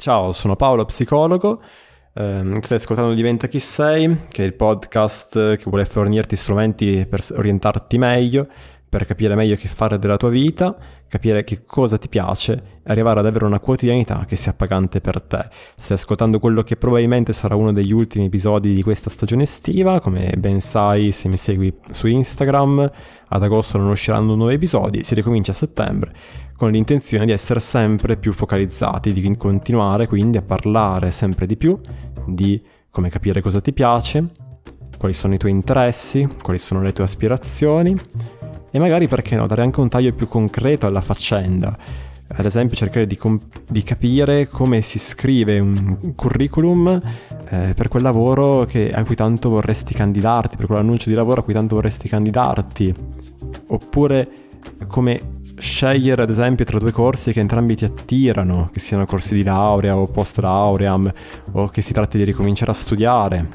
Ciao, sono Paolo, psicologo. Stai ascoltando Diventa Chi Sei, che è il podcast che vuole fornirti strumenti per orientarti meglio, per capire meglio che fare della tua vita, capire che cosa ti piace e arrivare ad avere una quotidianità che sia appagante per te. Stai ascoltando quello che probabilmente sarà uno degli ultimi episodi di questa stagione estiva. Come ben sai, se mi segui su Instagram, ad agosto non usciranno nuovi episodi, si ricomincia a settembre con l'intenzione di essere sempre più focalizzati, di continuare quindi a parlare sempre di più di come capire cosa ti piace, quali sono i tuoi interessi, quali sono le tue aspirazioni e magari, perché no, dare anche un taglio più concreto alla faccenda. Ad esempio cercare di capire come si scrive un curriculum per quel lavoro a cui tanto vorresti candidarti, per quell'annuncio di lavoro a cui tanto vorresti candidarti, oppure come scegliere ad esempio tra due corsi che entrambi ti attirano, che siano corsi di laurea o post lauream, o che si tratti di ricominciare a studiare,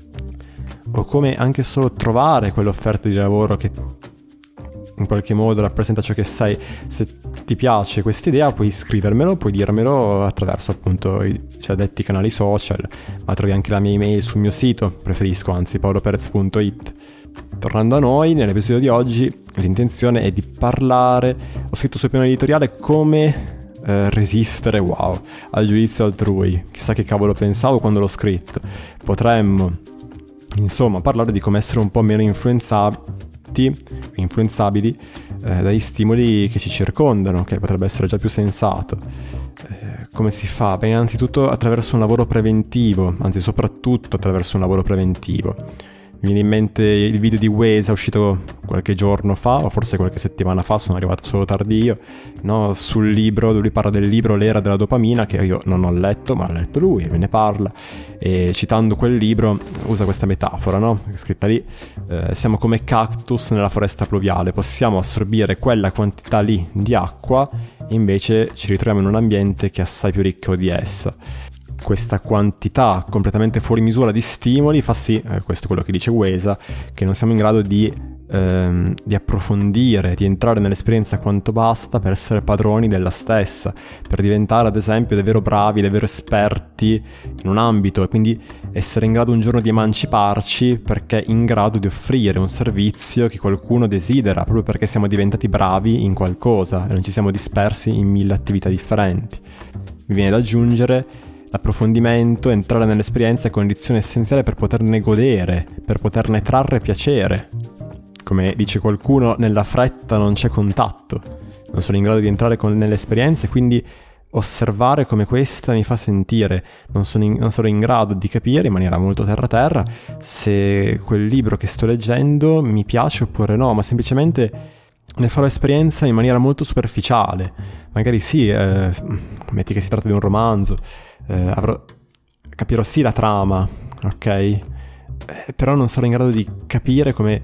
o come anche solo trovare quell'offerta di lavoro che in qualche modo rappresenta ciò che sei. Se ti piace questa idea puoi scrivermelo, puoi dirmelo attraverso appunto i detti canali social, ma trovi anche la mia email sul mio sito, preferisco anzi paoloperez.it. Tornando a noi, nell'episodio di oggi l'intenzione è di parlare, ho scritto sul piano editoriale come resistere, al giudizio altrui. Chissà che cavolo pensavo quando l'ho scritto. Potremmo insomma parlare di come essere un po' meno influenzabili dagli stimoli che ci circondano, che potrebbe essere già più sensato. Come si fa? Beh, innanzitutto attraverso un lavoro preventivo, anzi soprattutto attraverso un lavoro preventivo. Mi viene in mente il video di Waze, uscito qualche giorno fa, o forse qualche settimana fa, sono arrivato solo tardi io, no? Sul libro, dove lui parla del libro L'era della dopamina, che io non ho letto, ma l'ha letto lui, e me ne parla, e citando quel libro usa questa metafora, no? Scritta lì, siamo come cactus nella foresta pluviale, possiamo assorbire quella quantità lì di acqua, e invece ci ritroviamo in un ambiente che è assai più ricco di essa. Questa quantità completamente fuori misura di stimoli fa sì, questo è quello che dice Wesa, che non siamo in grado di approfondire, di entrare nell'esperienza quanto basta per essere padroni della stessa, per diventare ad esempio davvero bravi, davvero esperti in un ambito, e quindi essere in grado un giorno di emanciparci perché in grado di offrire un servizio che qualcuno desidera, proprio perché siamo diventati bravi in qualcosa e non ci siamo dispersi in 1000 attività differenti. Mi viene da aggiungere: l'approfondimento, entrare nell'esperienza è condizione essenziale per poterne godere, per poterne trarre piacere. Come dice qualcuno, nella fretta non c'è contatto. Non sono in grado di entrare nell'esperienza e quindi osservare come questa mi fa sentire. Non sono in grado di capire in maniera molto terra se quel libro che sto leggendo mi piace oppure no, ma semplicemente ne farò esperienza in maniera molto superficiale. Magari sì, metti che si tratta di un romanzo, capirò sì la trama, ok? Però non sarò in grado di capire come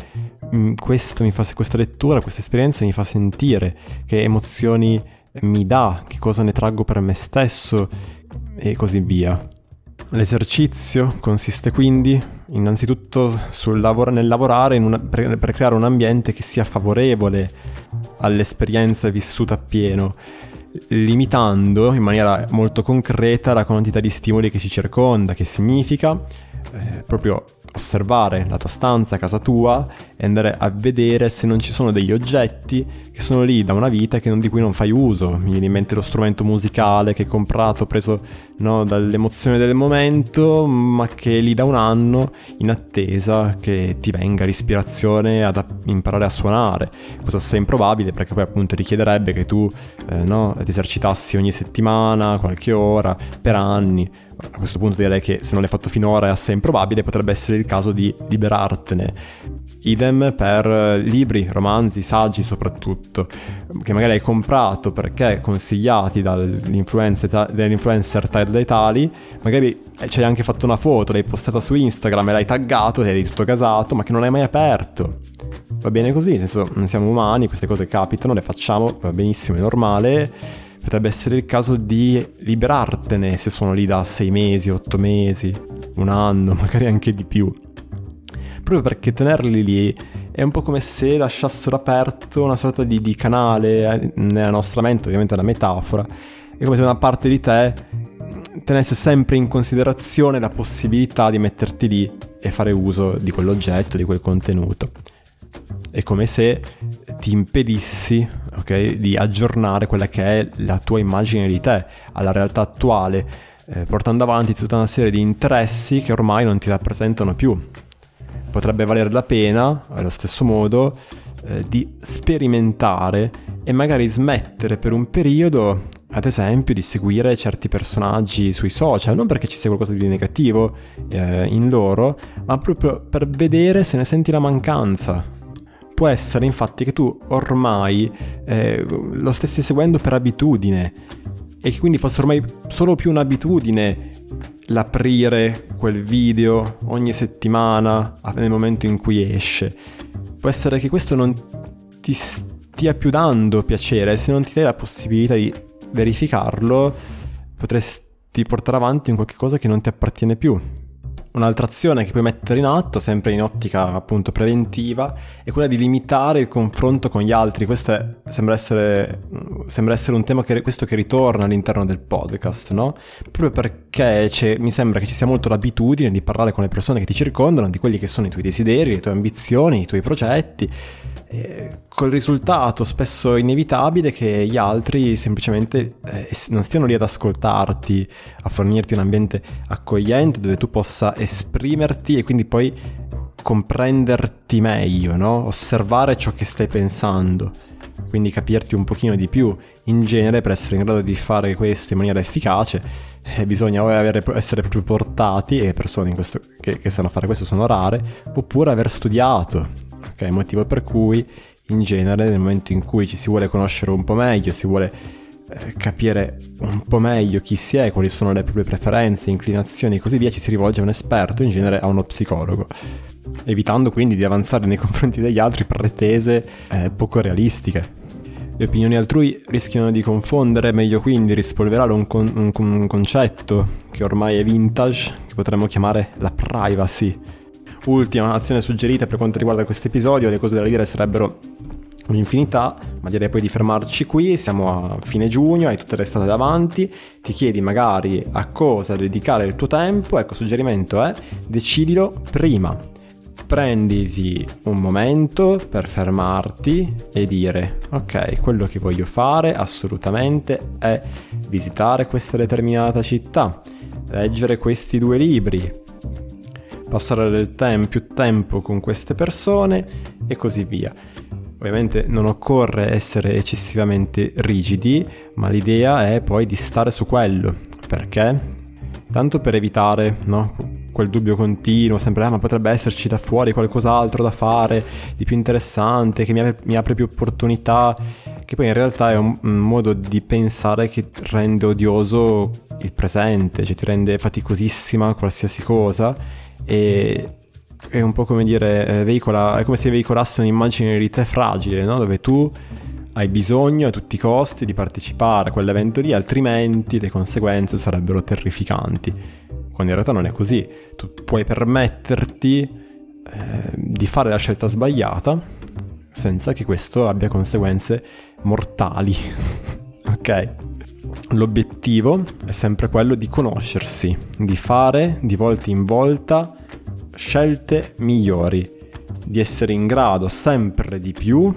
questa lettura, questa esperienza mi fa sentire, che emozioni mi dà, che cosa ne traggo per me stesso e così via. L'esercizio consiste quindi innanzitutto nel lavorare per creare un ambiente che sia favorevole all'esperienza vissuta appieno, limitando in maniera molto concreta la quantità di stimoli che ci circonda, che significa proprio osservare la tua stanza, casa tua, e andare a vedere se non ci sono degli oggetti che sono lì da una vita e di cui non fai uso. Mi viene in mente lo strumento musicale che hai comprato, preso dall'emozione del momento, ma che è lì da un anno in attesa che ti venga l'ispirazione ad imparare a suonare. Cosa assai improbabile, perché poi appunto richiederebbe che tu ti esercitassi ogni settimana, qualche ora, per anni. A questo punto direi che se non l'hai fatto finora è assai improbabile, potrebbe essere il caso di liberartene. Idem per libri, romanzi, saggi soprattutto, che magari hai comprato perché consigliati dall'influencer tali dai tali, magari ci hai anche fatto una foto, l'hai postata su Instagram e l'hai taggato, ti hai tutto gasato, ma che non hai mai aperto. Va bene così, nel senso, non siamo umani, queste cose capitano, le facciamo, va benissimo, è normale. Potrebbe essere il caso di liberartene se sono lì da 6 mesi, 8 mesi, un anno, magari anche di più. Proprio perché tenerli lì è un po' come se lasciassero aperto una sorta di canale nella nostra mente, ovviamente è una metafora. È come se una parte di te tenesse sempre in considerazione la possibilità di metterti lì e fare uso di quell'oggetto, di quel contenuto. È come se ti impedissi, ok, di aggiornare quella che è la tua immagine di te alla realtà attuale, portando avanti tutta una serie di interessi che ormai non ti rappresentano più. Potrebbe valere la pena, allo stesso modo, di sperimentare e magari smettere per un periodo, ad esempio, di seguire certi personaggi sui social, non perché ci sia qualcosa di negativo in loro, ma proprio per vedere se ne senti la mancanza. Può essere infatti che tu ormai lo stessi seguendo per abitudine e che quindi fosse ormai solo più un'abitudine l'aprire quel video ogni settimana nel momento in cui esce. Può essere che questo non ti stia più dando piacere, se non ti dai la possibilità di verificarlo potresti portare avanti un qualche cosa che non ti appartiene più. Un'altra azione che puoi mettere in atto, sempre in ottica appunto preventiva, è quella di limitare il confronto con gli altri. Questo sembra essere un tema questo che ritorna all'interno del podcast, no? Proprio perché mi sembra che ci sia molto l'abitudine di parlare con le persone che ti circondano, di quelli che sono i tuoi desideri, le tue ambizioni, i tuoi progetti, col risultato spesso inevitabile che gli altri semplicemente non stiano lì ad ascoltarti, a fornirti un ambiente accogliente dove tu possa esprimerti e quindi poi comprenderti meglio, no? Osservare ciò che stai pensando, quindi capirti un pochino di più. In genere, per essere in grado di fare questo in maniera efficace, bisogna o essere proprio portati, e persone che sanno fare questo sono rare, oppure aver studiato. Ok, motivo per cui in genere nel momento in cui ci si vuole conoscere un po' meglio, si vuole capire un po' meglio chi si è, quali sono le proprie preferenze, inclinazioni e così via, ci si rivolge a un esperto, in genere a uno psicologo, evitando quindi di avanzare nei confronti degli altri pretese poco realistiche. Le opinioni altrui rischiano di confondere, meglio quindi rispolverare un concetto che ormai è vintage, che potremmo chiamare la privacy. Ultima azione suggerita per quanto riguarda questo episodio, le cose da dire sarebbero un'infinità, ma direi poi di fermarci qui. Siamo a fine giugno, hai tutte le estate davanti, ti chiedi magari a cosa dedicare il tuo tempo. Ecco, suggerimento è: decidilo prima. Prenditi un momento per fermarti e dire: ok, quello che voglio fare assolutamente è visitare questa determinata città, leggere questi 2 libri, passare più tempo con queste persone e così via. Ovviamente non occorre essere eccessivamente rigidi, ma l'idea è poi di stare su quello. Perché? Tanto per evitare, no, quel dubbio continuo, sempre ma potrebbe esserci da fuori qualcos'altro da fare, di più interessante, che mi apre più opportunità, che poi in realtà è un modo di pensare che rende odioso il presente, cioè ti rende faticosissima qualsiasi cosa. E è un po' come dire, è come se veicolasse un'immagine di te fragile, no? Dove tu hai bisogno a tutti i costi di partecipare a quell'evento lì, altrimenti le conseguenze sarebbero terrificanti. Quando in realtà non è così. Tu puoi permetterti di fare la scelta sbagliata senza che questo abbia conseguenze mortali. Ok? L'obiettivo è sempre quello di conoscersi, di fare di volta in volta scelte migliori, di essere in grado sempre di più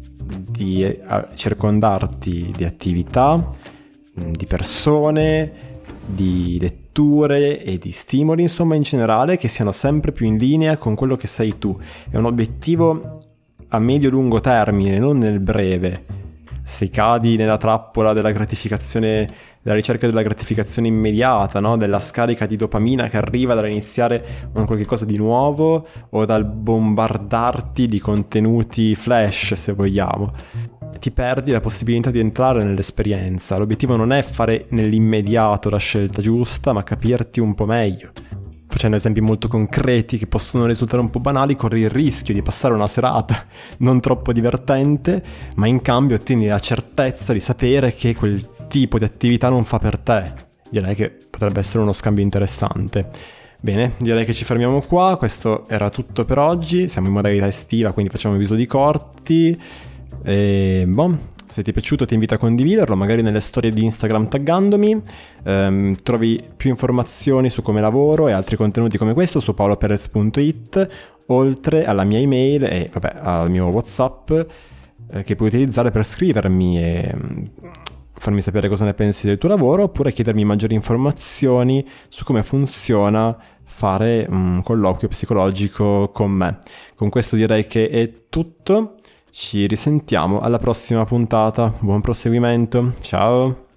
di circondarti di attività, di persone, di letture e di stimoli, insomma in generale, che siano sempre più in linea con quello che sei tu. È un obiettivo a medio-lungo termine, non nel breve. Se cadi nella trappola della gratificazione, della ricerca della gratificazione immediata, no? Della scarica di dopamina che arriva dall'iniziare un qualche cosa di nuovo o dal bombardarti di contenuti flash, se vogliamo, ti perdi la possibilità di entrare nell'esperienza. L'obiettivo non è fare nell'immediato la scelta giusta, ma capirti un po' meglio. Facendo esempi molto concreti che possono risultare un po' banali, corri il rischio di passare una serata non troppo divertente, ma in cambio ottieni la certezza di sapere che quel tipo di attività non fa per te. Direi che potrebbe essere uno scambio interessante. Bene, direi che ci fermiamo qua. Questo era tutto per oggi. Siamo in modalità estiva, quindi facciamo episodi corti. Se ti è piaciuto ti invito a condividerlo, magari nelle storie di Instagram taggandomi. Trovi più informazioni su come lavoro e altri contenuti come questo su paoloperez.it, oltre alla mia email e al mio WhatsApp che puoi utilizzare per scrivermi e farmi sapere cosa ne pensi del tuo lavoro, oppure chiedermi maggiori informazioni su come funziona fare un colloquio psicologico con me. Con questo direi che è tutto, ci risentiamo alla prossima puntata, buon proseguimento, ciao!